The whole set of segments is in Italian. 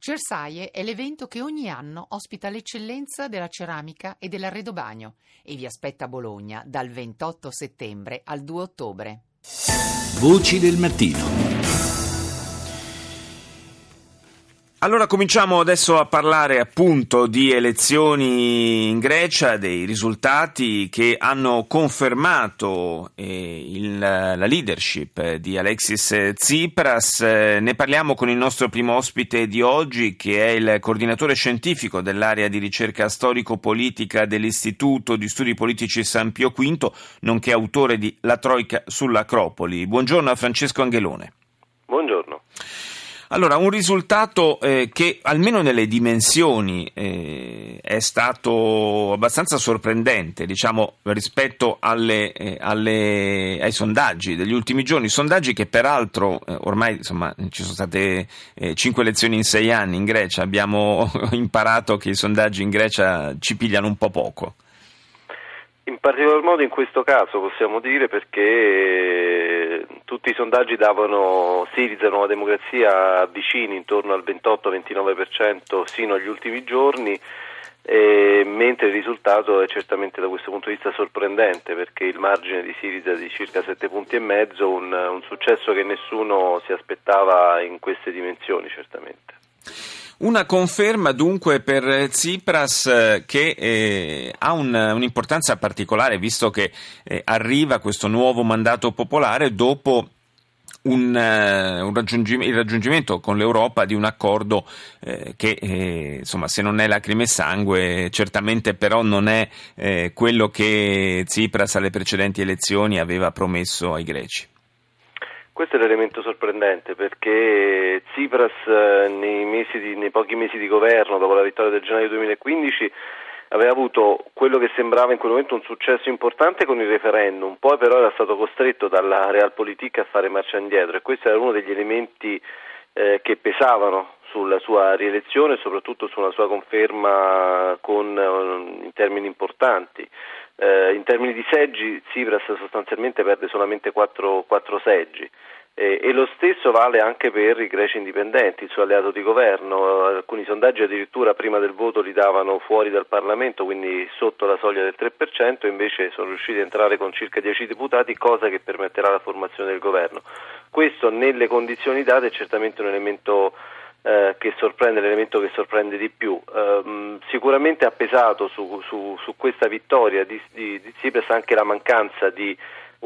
Cersaie è l'evento che ogni anno ospita l'eccellenza della ceramica e dell'arredobagno e vi aspetta a Bologna dal 28 settembre al 2 ottobre. Voci del mattino. Allora cominciamo adesso a parlare appunto di elezioni in Grecia, dei risultati che hanno confermato la leadership di Alexis Tsipras. Ne parliamo con il nostro primo ospite di oggi, che è il coordinatore scientifico dell'area di ricerca storico-politica dell'Istituto di Studi Politici San Pio V, nonché autore di La Troika sull'Acropoli. Buongiorno a Francesco Angelone. Buongiorno. Allora, un risultato che almeno nelle dimensioni è stato abbastanza sorprendente, diciamo, rispetto ai sondaggi degli ultimi giorni, sondaggi che peraltro ormai insomma ci sono state 5 elezioni in 6 anni in Grecia, abbiamo imparato che i sondaggi in Grecia ci pigliano un po' poco. In particolar modo in questo caso possiamo dire, perché tutti i sondaggi davano Syriza, Nuova Democrazia vicini intorno al 28-29% sino agli ultimi giorni, mentre il risultato è certamente da questo punto di vista sorprendente, perché il margine di Syriza è di circa 7,5 punti, un successo che nessuno si aspettava in queste dimensioni certamente. Una conferma dunque per Tsipras che ha un'importanza particolare, visto che arriva questo nuovo mandato popolare dopo il raggiungimento con l'Europa di un accordo che insomma, se non è lacrime e sangue, certamente però non è quello che Tsipras alle precedenti elezioni aveva promesso ai greci. Questo è l'elemento sorprendente, perché Tsipras nei pochi mesi di governo dopo la vittoria del gennaio 2015 aveva avuto quello che sembrava in quel momento un successo importante con il referendum, poi però era stato costretto dalla Realpolitik a fare marcia indietro, e questo era uno degli elementi che pesavano sulla sua rielezione e soprattutto sulla sua conferma in termini importanti. In termini di seggi Tsipras sostanzialmente perde solamente 4 seggi, e lo stesso vale anche per i greci indipendenti, il suo alleato di governo. Alcuni sondaggi addirittura prima del voto li davano fuori dal Parlamento, quindi sotto la soglia del 3%, invece sono riusciti a entrare con circa 10 deputati, cosa che permetterà la formazione del governo. Questo nelle condizioni date è certamente un elemento che sorprende, l'elemento che sorprende di più. Sicuramente ha pesato su questa vittoria di Tsipras anche la mancanza di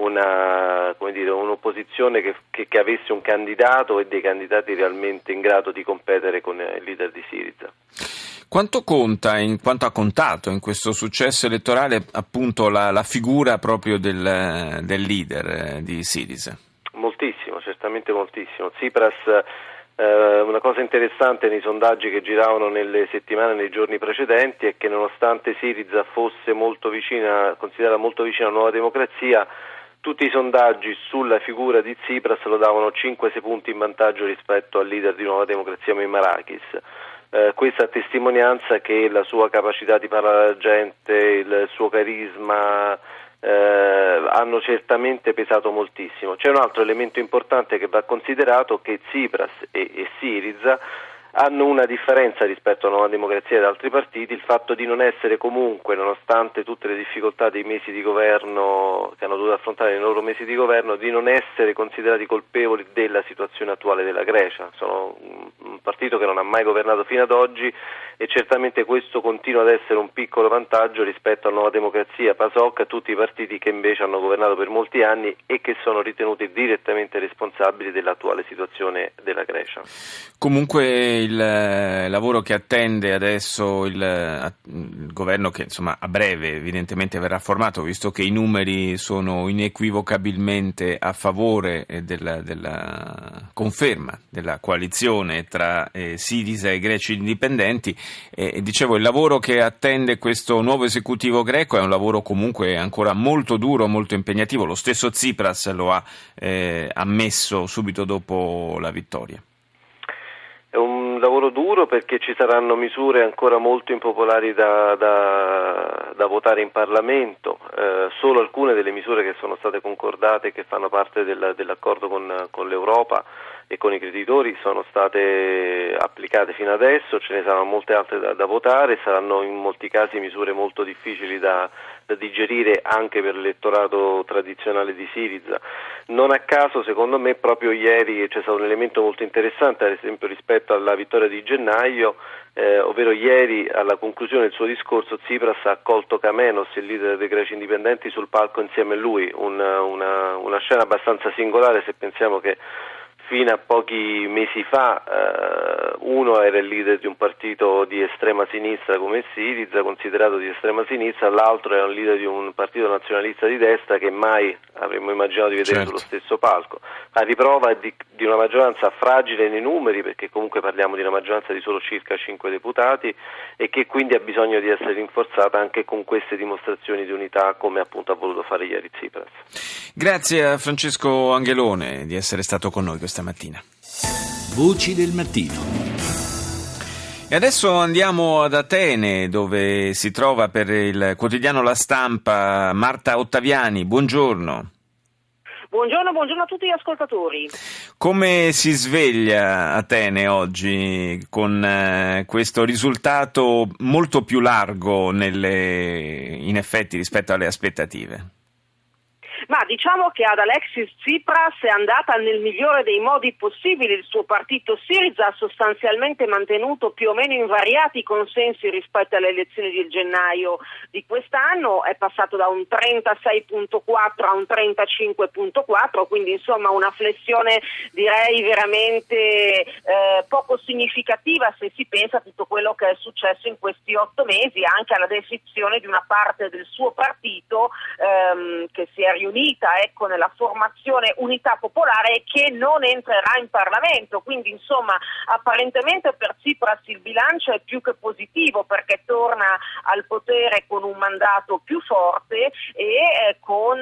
un'opposizione che avesse un candidato e dei candidati realmente in grado di competere con il leader di Syriza. Quanto ha contato in questo successo elettorale appunto la figura proprio del leader di Syriza? Moltissimo, certamente moltissimo. Tsipras, una cosa interessante nei sondaggi che giravano nelle settimane e nei giorni precedenti è che nonostante Syriza fosse considerata molto vicina alla Nuova Democrazia, tutti i sondaggi sulla figura di Tsipras lo davano 5-6 punti in vantaggio rispetto al leader di Nuova Democrazia Meimarakis. Questa testimonianza che la sua capacità di parlare alla gente, il suo carisma hanno certamente pesato moltissimo. C'è un altro elemento importante che va considerato, che Tsipras e Syriza hanno una differenza rispetto alla Nuova Democrazia e ad altri partiti: il fatto di non essere comunque, nonostante tutte le difficoltà dei mesi di governo che hanno dovuto affrontare nei loro mesi di governo, di non essere considerati colpevoli della situazione attuale della Grecia. Sono un partito che non ha mai governato fino ad oggi, e certamente questo continua ad essere un piccolo vantaggio rispetto alla Nuova Democrazia, PASOK, a tutti i partiti che invece hanno governato per molti anni e che sono ritenuti direttamente responsabili dell'attuale situazione della Grecia. Comunque il lavoro che attende adesso il governo, che insomma a breve evidentemente verrà formato, visto che i numeri sono inequivocabilmente a favore della conferma della coalizione tra Syriza e i greci indipendenti, dicevo, il lavoro che attende questo nuovo esecutivo greco è un lavoro comunque ancora molto duro, molto impegnativo. Lo stesso Tsipras lo ha ammesso subito dopo la vittoria. È un lavoro duro, perché ci saranno misure ancora molto impopolari da votare in Parlamento. Solo alcune delle misure che sono state concordate e che fanno parte dell'accordo con l'Europa e con i creditori sono state applicate fino adesso, ce ne saranno molte altre da votare, saranno in molti casi misure molto difficili da digerire anche per l'elettorato tradizionale di Syriza. Non a caso, secondo me, proprio ieri c'è stato un elemento molto interessante, ad esempio rispetto alla vittoria di gennaio, ovvero ieri alla conclusione del suo discorso Tsipras ha accolto Kamenos, il leader dei greci indipendenti, sul palco insieme a lui, una scena abbastanza singolare se pensiamo che fino a pochi mesi fa uno era il leader di un partito di estrema sinistra come Syriza, considerato di estrema sinistra, l'altro era un leader di un partito nazionalista di destra che mai avremmo immaginato di vedere sullo stesso palco, a riprova di una maggioranza fragile nei numeri, perché comunque parliamo di una maggioranza di solo circa 5 deputati e che quindi ha bisogno di essere rinforzata anche con queste dimostrazioni di unità come appunto ha voluto fare ieri Tsipras. Grazie a Francesco Angelone di essere stato con noi questa mattina. Voci del mattino. E adesso andiamo ad Atene, dove si trova per il quotidiano La Stampa Marta Ottaviani. Buongiorno. Buongiorno a tutti gli ascoltatori. Come si sveglia Atene oggi con questo risultato molto più largo in effetti rispetto alle aspettative? Ma diciamo che ad Alexis Tsipras è andata nel migliore dei modi possibili. Il suo partito Syriza ha sostanzialmente mantenuto più o meno invariati i consensi rispetto alle elezioni di gennaio di quest'anno, è passato da un 36.4 a un 35.4, quindi insomma una flessione direi veramente poco significativa se si pensa a tutto quello che è successo in questi 8 mesi, anche alla defezione di una parte del suo partito che si è riunita nella formazione Unità Popolare e che non entrerà in Parlamento, quindi insomma apparentemente per Tsipras il bilancio è più che positivo perché torna al potere con un mandato più forte e con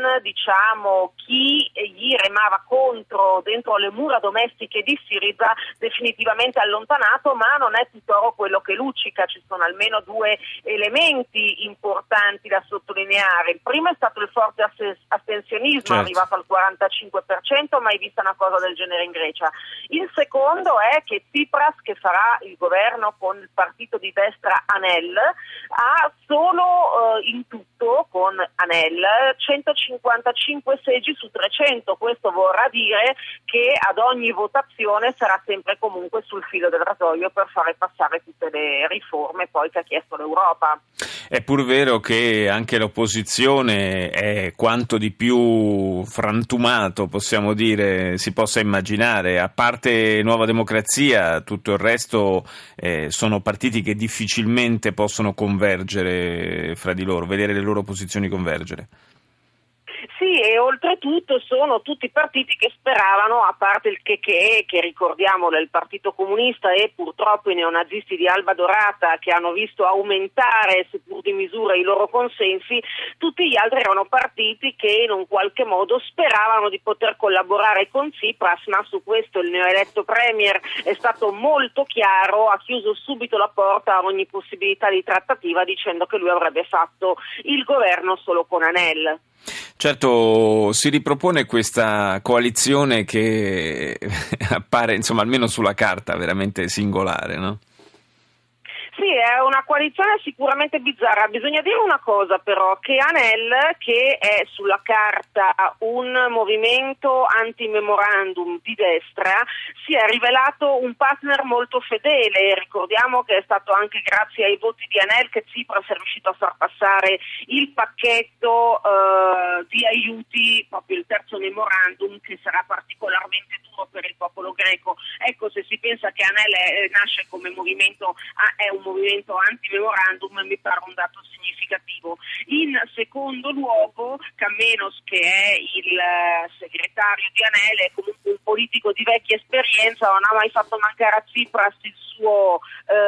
chi gli remava contro dentro le mura domestiche di Syriza definitivamente allontanato, ma non è tutto oro quello che luccica. Ci sono almeno 2 elementi importanti da sottolineare. Il primo è stato il forte astensionismo, arrivato al 45%, mai vista una cosa del genere in Grecia. Il secondo è che Tsipras, che farà il governo con il partito di destra ANEL, ha solo in tutto con ANEL 155 seggi su 300. Questo vorrà dire che ad ogni votazione sarà sempre comunque sul filo del rasoio per fare passare tutte le riforme poi che ha chiesto l'Europa. È pur vero che anche l'opposizione è quanto di più frantumato, possiamo dire, si possa immaginare. A parte Nuova Democrazia, tutto il resto sono partiti che difficilmente possono convergere fra di loro, vedere le loro posizioni convergere. Sì, e oltretutto sono tutti partiti che speravano, a parte il che ricordiamo del Partito Comunista e purtroppo i neonazisti di Alba Dorata che hanno visto aumentare seppur di misura i loro consensi, tutti gli altri erano partiti che in un qualche modo speravano di poter collaborare con Tsipras, ma su questo il neoeletto premier è stato molto chiaro, ha chiuso subito la porta a ogni possibilità di trattativa dicendo che lui avrebbe fatto il governo solo con ANEL. Certo, si ripropone questa coalizione che appare, insomma, almeno sulla carta, veramente singolare, no? Sì, è una coalizione sicuramente bizzarra. Bisogna dire una cosa però, che ANEL, che è sulla carta un movimento anti-memorandum di destra, si è rivelato un partner molto fedele. Ricordiamo che è stato anche grazie ai voti di ANEL che Tsipras è riuscito a far passare il pacchetto di aiuti, proprio il terzo memorandum, che sarà particolarmente duro per il popolo greco. Ecco, se si pensa che ANEL nasce come movimento, è un movimento anti-memorandum, mi pare un dato significativo. In secondo luogo, Kamenos, che è il segretario di ANEL, è comunque un politico di vecchia esperienza, non ha mai fatto mancare a Tsipras il suo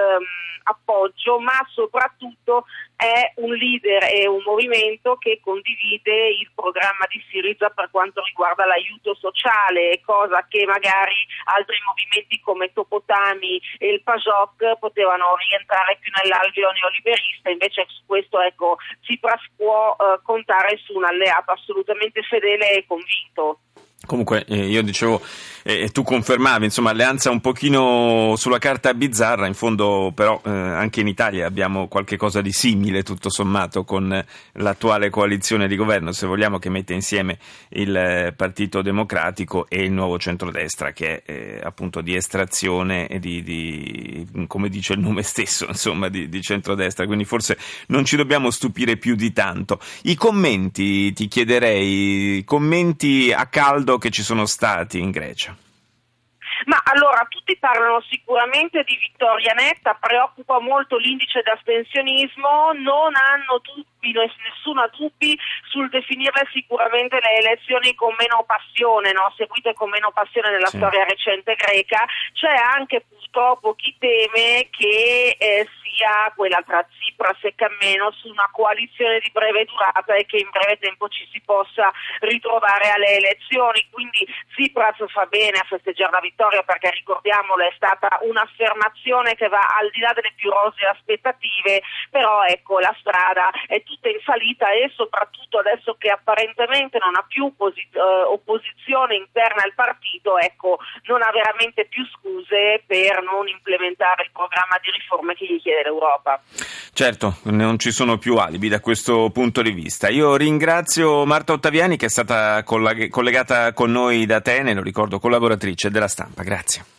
appoggio, ma soprattutto è un leader e un movimento che condivide il programma di Syriza per quanto riguarda l'aiuto sociale, cosa che magari altri movimenti come Topotami e il PASOK potevano rientrare più nell'alveo neoliberista. Invece su questo Tsipras può contare su un alleato assolutamente fedele e convinto. Comunque io dicevo, tu confermavi, insomma, alleanza un pochino sulla carta bizzarra, in fondo però anche in Italia abbiamo qualche cosa di simile tutto sommato con l'attuale coalizione di governo, se vogliamo, che mette insieme il Partito Democratico e il Nuovo Centrodestra, che è appunto di estrazione e di come dice il nome stesso, insomma, di centrodestra, quindi forse non ci dobbiamo stupire più di tanto. I commenti, ti chiederei, commenti a caldo che ci sono stati in Grecia. Ma allora, tutti parlano sicuramente di vittoria netta, preoccupa molto l'indice d'astensionismo, non hanno dubbi, nessuno ha dubbi sul definirle sicuramente le elezioni con meno passione, no? Seguite con meno passione nella storia recente greca. C'è anche purtroppo chi teme che sia quella tra Tsipras e Kammenos una coalizione di breve durata e che in breve tempo ci si possa ritrovare alle elezioni, quindi Tsipras fa bene a festeggiare la vittoria, perché ricordiamolo è stata un'affermazione che va al di là delle più rosee aspettative, però ecco la strada è tutta in salita e soprattutto adesso che apparentemente non ha più opposizione interna al partito, ecco, non ha veramente più scuse per non implementare il programma di riforme che gli chiede l'Europa. Certo, non ci sono più alibi da questo punto di vista. Io ringrazio Marta Ottaviani, che è stata collegata con noi da Atene, lo ricordo, collaboratrice della Stampa. Grazie.